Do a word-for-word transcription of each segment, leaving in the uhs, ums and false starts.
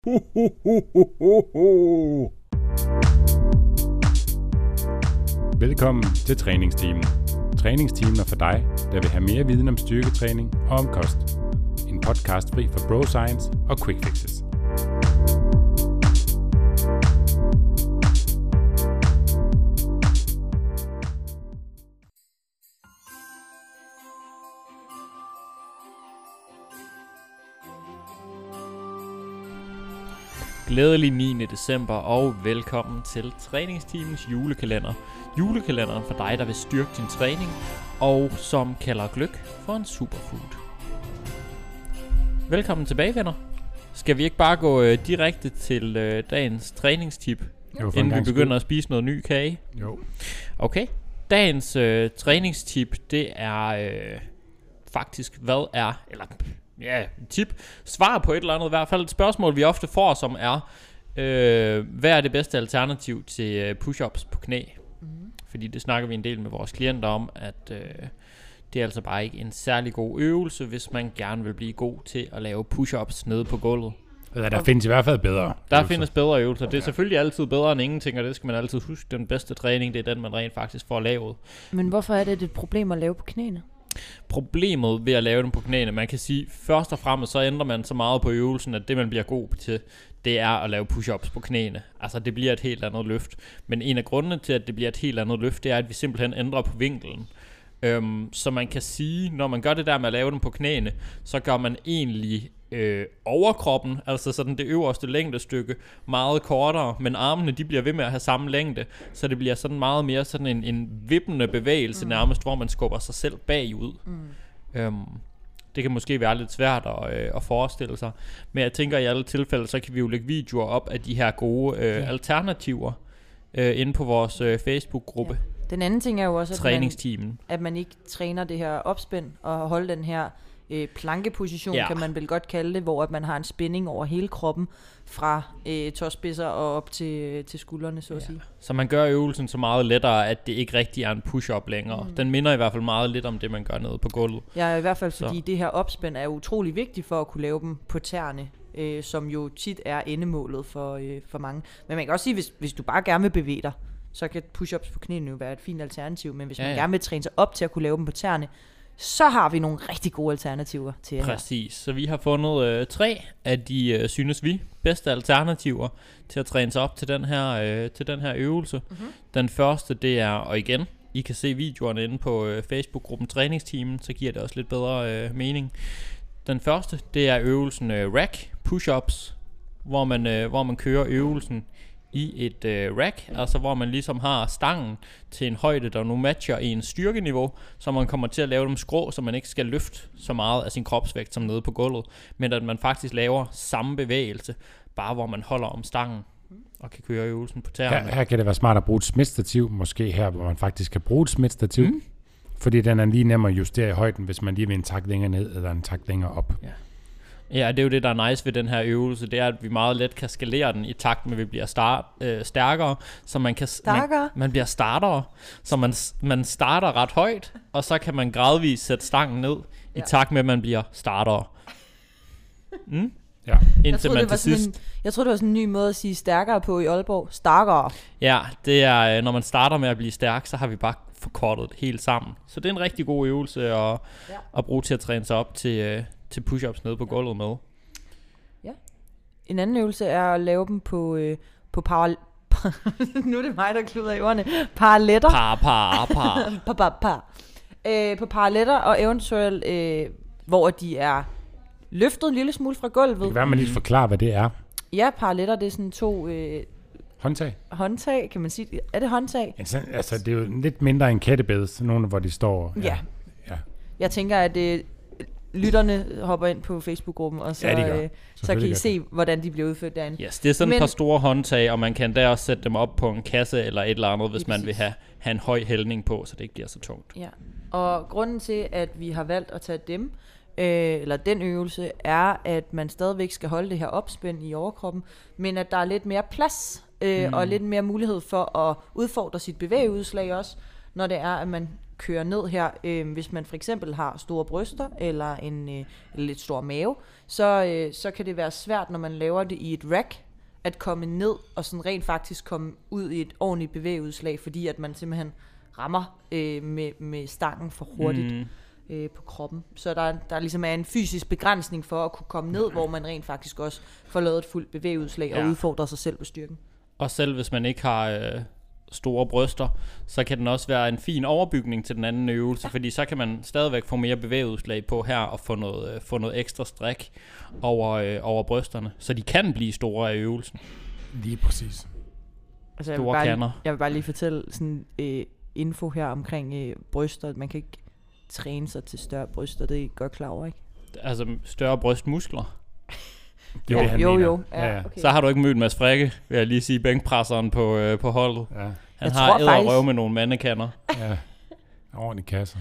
Ho, ho, ho, ho, ho, ho. Velkommen til træningsteamen. Træningsteamen er for dig, der vil have mere viden om styrketræning og om kost. En podcast fri for bro science og quick fixes. Glædelig niende december og velkommen til træningsteamens julekalender. Julekalenderen for dig, der vil styrke din træning og som kalder gløgg for en superfood. Velkommen tilbage, venner. Skal vi ikke bare gå øh, direkte til øh, dagens træningstip, jo, inden vi begynder at spise noget ny kage? Jo. Okay. Dagens øh, træningstip, det er øh, faktisk, hvad er, eller ja, tip, svar på et eller andet, i hvert fald et spørgsmål, vi ofte får, som er, øh, hvad er det bedste alternativ til push-ups på knæ? Mm. Fordi det snakker vi en del med vores klienter om, at øh, det er altså bare ikke en særlig god øvelse, hvis man gerne vil blive god til at lave push-ups nede på gulvet. Ja, der findes i hvert fald bedre Der øvelser. findes bedre øvelser. Det er selvfølgelig altid bedre end ingenting, og det skal man altid huske. Den bedste træning, det er den, man rent faktisk får lavet. Men hvorfor er det et problem at lave på knæene? Problemet ved at lave dem på knæene, man kan sige, først og fremmest så ændrer man så meget på øvelsen, at det man bliver god til, det er at lave push-ups på knæene. Altså det bliver et helt andet løft. Men en af grundene til, at det bliver et helt andet løft, det er, at vi simpelthen ændrer på vinkelen. Øhm, så man kan sige, når man gør det der med at lave dem på knæene, så gør man egentlig øh, overkroppen, altså sådan det øverste længdestykke, meget kortere, men armene de bliver ved med at have samme længde, så det bliver sådan meget mere sådan en, en vippende bevægelse mm. nærmest, hvor man skubber sig selv bagud. Mm. Øhm, det kan måske være lidt svært at, øh, at forestille sig, men jeg tænker i alle tilfælde, så kan vi jo lægge videoer op af de her gode øh, yeah. alternativer øh, inde på vores øh, Facebook-gruppe. Yeah. Den anden ting er jo også, at man, at man ikke træner det her opspænd og holder den her øh, plankeposition, ja. kan man vel godt kalde det, hvor at man har en spænding over hele kroppen fra øh, tåspidser og op til, til skuldrene, så at ja. sige. Så man gør øvelsen så meget lettere, at det ikke rigtig er en push-up længere. Mm. Den minder i hvert fald meget lidt om det, man gør nede på gulvet. Ja, i hvert fald fordi så. det her opspænd er utrolig vigtigt for at kunne lave dem på tæerne, øh, som jo tit er endemålet for, øh, for mange. Men man kan også sige, hvis, hvis du bare gerne vil bevæge dig, så kan push-ups på knæene jo være et fint alternativ. Men hvis ja, man ja. gerne vil træne sig op til at kunne lave dem på tæerne, så har vi nogle rigtig gode alternativer til jer. Præcis. Så vi har fundet øh, tre af de, øh, synes vi, bedste alternativer til at træne sig op til den her, øh, til den her øvelse. Mm-hmm. Den første, det er, og igen, I kan se videoerne inde på øh, Facebook-gruppen Træningsteamen, så giver det også lidt bedre øh, mening. Den første, det er øvelsen øh, rack push-ups, hvor man, øh, hvor man kører øvelsen i et øh, rack, altså hvor man ligesom har stangen til en højde, der nu matcher en styrkeniveau, så man kommer til at lave dem skrå, så man ikke skal løfte så meget af sin kropsvægt som nede på gulvet, men at man faktisk laver samme bevægelse, bare hvor man holder om stangen og kan køre øvelsen på tæerne. Her, her kan det være smart at bruge et smidtstativ, måske her, hvor man faktisk kan bruge et smidtstativ, mm. fordi den er lige nemmere at justere i højden, hvis man lige vil en tak længere ned eller en tak længere op. Ja. Ja, det er jo det, der er nice ved den her øvelse, det er, at vi meget let kan skalere den i takt med, at vi bliver start, øh, stærkere, så man kan man, man bliver startere, så man, man starter ret højt, og så kan man gradvist sætte stangen ned ja. i takt med, at man bliver startere. Mm? Ja. Jeg troede, man til sidst... en, jeg troede, det var sådan en ny måde at sige stærkere på i Aalborg. Stærkere. Ja, det er, når man starter med at blive stærk, så har vi bare forkortet det helt sammen. Så det er en rigtig god øvelse at, ja. at bruge til at træne sig op til... Øh, til push-ups nede på gulvet med. Ja. En anden øvelse er at lave dem på øh, på paral nu er det mig, der kluder i ordene. Paralletter. Par, par, par. par, par, par. Øh, på paralletter, og eventuelt, øh, hvor de er løftet en lille smule fra gulvet. Det kan være, man lige forklare, hvad det er. Ja, paralletter, det er sådan to... Øh, håndtag? Håndtag, kan man sige. Er det håndtag? Altså, altså det er jo lidt mindre end kættebed, nogle hvor de står... Ja. ja. Jeg tænker, at det... lytterne hopper ind på Facebook-gruppen, og så, ja, øh, så kan I se, hvordan de bliver udført derinde. Yes, det er sådan Men, et par store håndtag, og man kan da også sætte dem op på en kasse eller et eller andet, hvis man vil have, have en høj hældning på, så det ikke bliver så tungt. Ja. Og grunden til, at vi har valgt at tage dem, øh, eller den øvelse, er, at man stadigvæk skal holde det her opspænd i overkroppen, men at der er lidt mere plads, øh, mm. og lidt mere mulighed for at udfordre sit bevægeudslag også, når det er, at man køre ned her. Øh, hvis man for eksempel har store bryster eller en øh, lidt stor mave, så, øh, så kan det være svært, når man laver det i et rack, at komme ned og sådan rent faktisk komme ud i et ordentligt bevægeudslag, fordi at man simpelthen rammer øh, med, med stangen for hurtigt mm. øh, på kroppen. Så der, der ligesom er en fysisk begrænsning for at kunne komme ned, hvor man rent faktisk også får lavet et fuldt bevægeudslag ja. og udfordrer sig selv på styrken. Og selv hvis man ikke har øh, store bryster, så kan den også være en fin overbygning til den anden øvelse, ja. fordi så kan man stadigvæk få mere bevægeudslag på her og få noget, øh, få noget ekstra stræk over, øh, over brysterne, så de kan blive store af øvelsen. Lige præcis. Altså, jeg, vil bare lige, jeg vil bare lige fortælle sådan øh, info her omkring øh, bryster. Man kan ikke træne sig til større bryster, det er I godt klar over, ikke? Altså større brystmuskler. Det jo, det, jo, mener. jo. Ja, ja. Okay. Så har du ikke mødt Mads Frikke, vil jeg lige sige, bænkpresseren på, øh, på holdet. Ja. Han jeg har æderrøv med nogle mandekander. Ja, ordentlig kasser.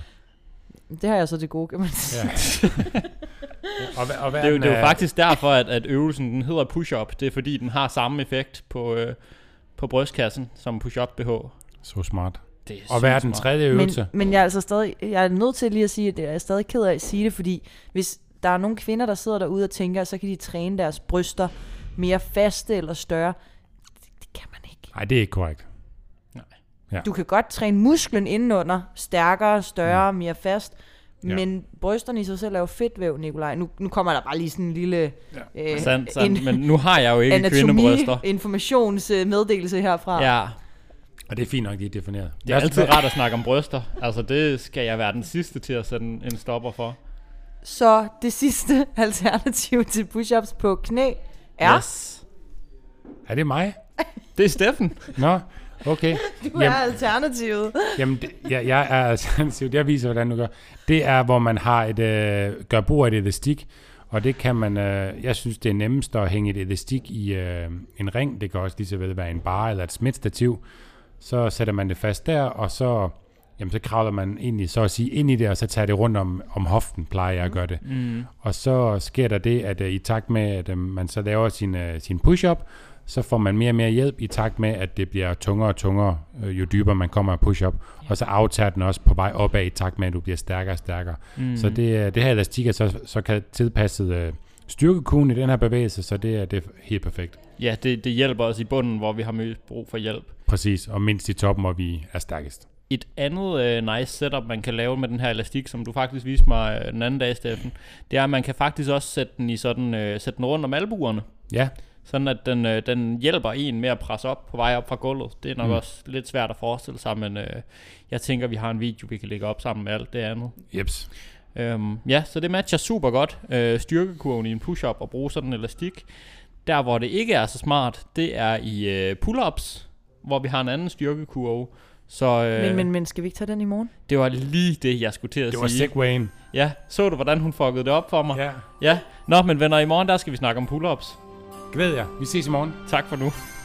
Det har jeg så det gode, kan man sige. Ja. og, hva, og det, er jo, det er jo faktisk derfor, at, at øvelsen den hedder push-up. Det er fordi, den har samme effekt på, øh, på brystkassen som push-up B H. Så smart. Det er og hvad er den tredje øvelse? Men, men jeg er altså stadig, jeg er nødt til lige at sige, at jeg er stadig ked af at sige det, fordi hvis der er nogle kvinder, der sidder derude og tænker, så kan de træne deres bryster mere faste eller større. Det, det kan man ikke. Nej, det er ikke korrekt. Nej. Ja. Du kan godt træne musklen indenunder, stærkere, større, mm. mere fast, ja. men brysterne i sig selv er jo fedtvæv, Nikolaj. Nu, nu kommer der bare lige sådan en lille ja. øh, sand, sand. En, men nu har jeg jo ikke kvindebryster. Informationsmeddelelse herfra. Ja. Og det er fint nok, de er defineret. Det er altid rart at snakke om bryster. Altså det skal jeg være den sidste til at sætte en stopper for. Så det sidste alternativ til push-ups på knæ er... Yes. Er det mig? Det er Steffen. Nå, okay. Du er jamen, alternativet. Jamen, det, ja, jeg er alternativet. Jeg viser, hvordan du gør. Det er, hvor man har et, øh, gør brug af et elastik, og det kan man... Øh, jeg synes, det er nemmest at hænge et elastik i øh, en ring. Det kan også lige så vel være en bar eller et smidtstativ. Så sætter man det fast der, og så... Jamen, så kravler man egentlig så at sige ind i det, og så tager det rundt om, om hoften, plejer jeg at gøre det. Mm. Og så sker der det, at uh, i takt med, at uh, man så laver sin, uh, sin push-up, så får man mere og mere hjælp i takt med, at det bliver tungere og tungere, uh, jo dybere man kommer af push-up. Ja. Og så aftager den også på vej opad i takt med, at du bliver stærkere og stærkere. Mm. Så det, det her elastik er så, så kan tilpasset uh, styrkekugen i den her bevægelse, så det er, det er helt perfekt. Ja, det, det hjælper os i bunden, hvor vi har mest brug for hjælp. Præcis, og mindst i toppen, hvor vi er stærkest. Et andet uh, nice setup, man kan lave med den her elastik, som du faktisk viste mig uh, den anden dag, Steffen, det er, at man kan faktisk også sætte den, i sådan, uh, sætte den rundt om albuerne. Ja. Sådan at den, uh, den hjælper en med at presse op på vej op fra gulvet. Det er nok mm. også lidt svært at forestille sig, men uh, jeg tænker, vi har en video, vi kan lægge op sammen med alt det andet. Jeps. Um, ja, så det matcher super godt uh, styrkekurven i en push-up og bruge sådan en elastik. Der, hvor det ikke er så smart, det er i uh, pull-ups, hvor vi har en anden styrkekurve. Så, øh, men, men, men skal vi ikke tage den i morgen? Det var lige det, jeg skulle til at det sige. Det var segwayen. Ja, så du, hvordan hun fuckede det op for mig? Ja. Ja. Nå, men venner, i morgen, der skal vi snakke om pull-ups. Glæder jeg. Vi ses i morgen. Tak for nu.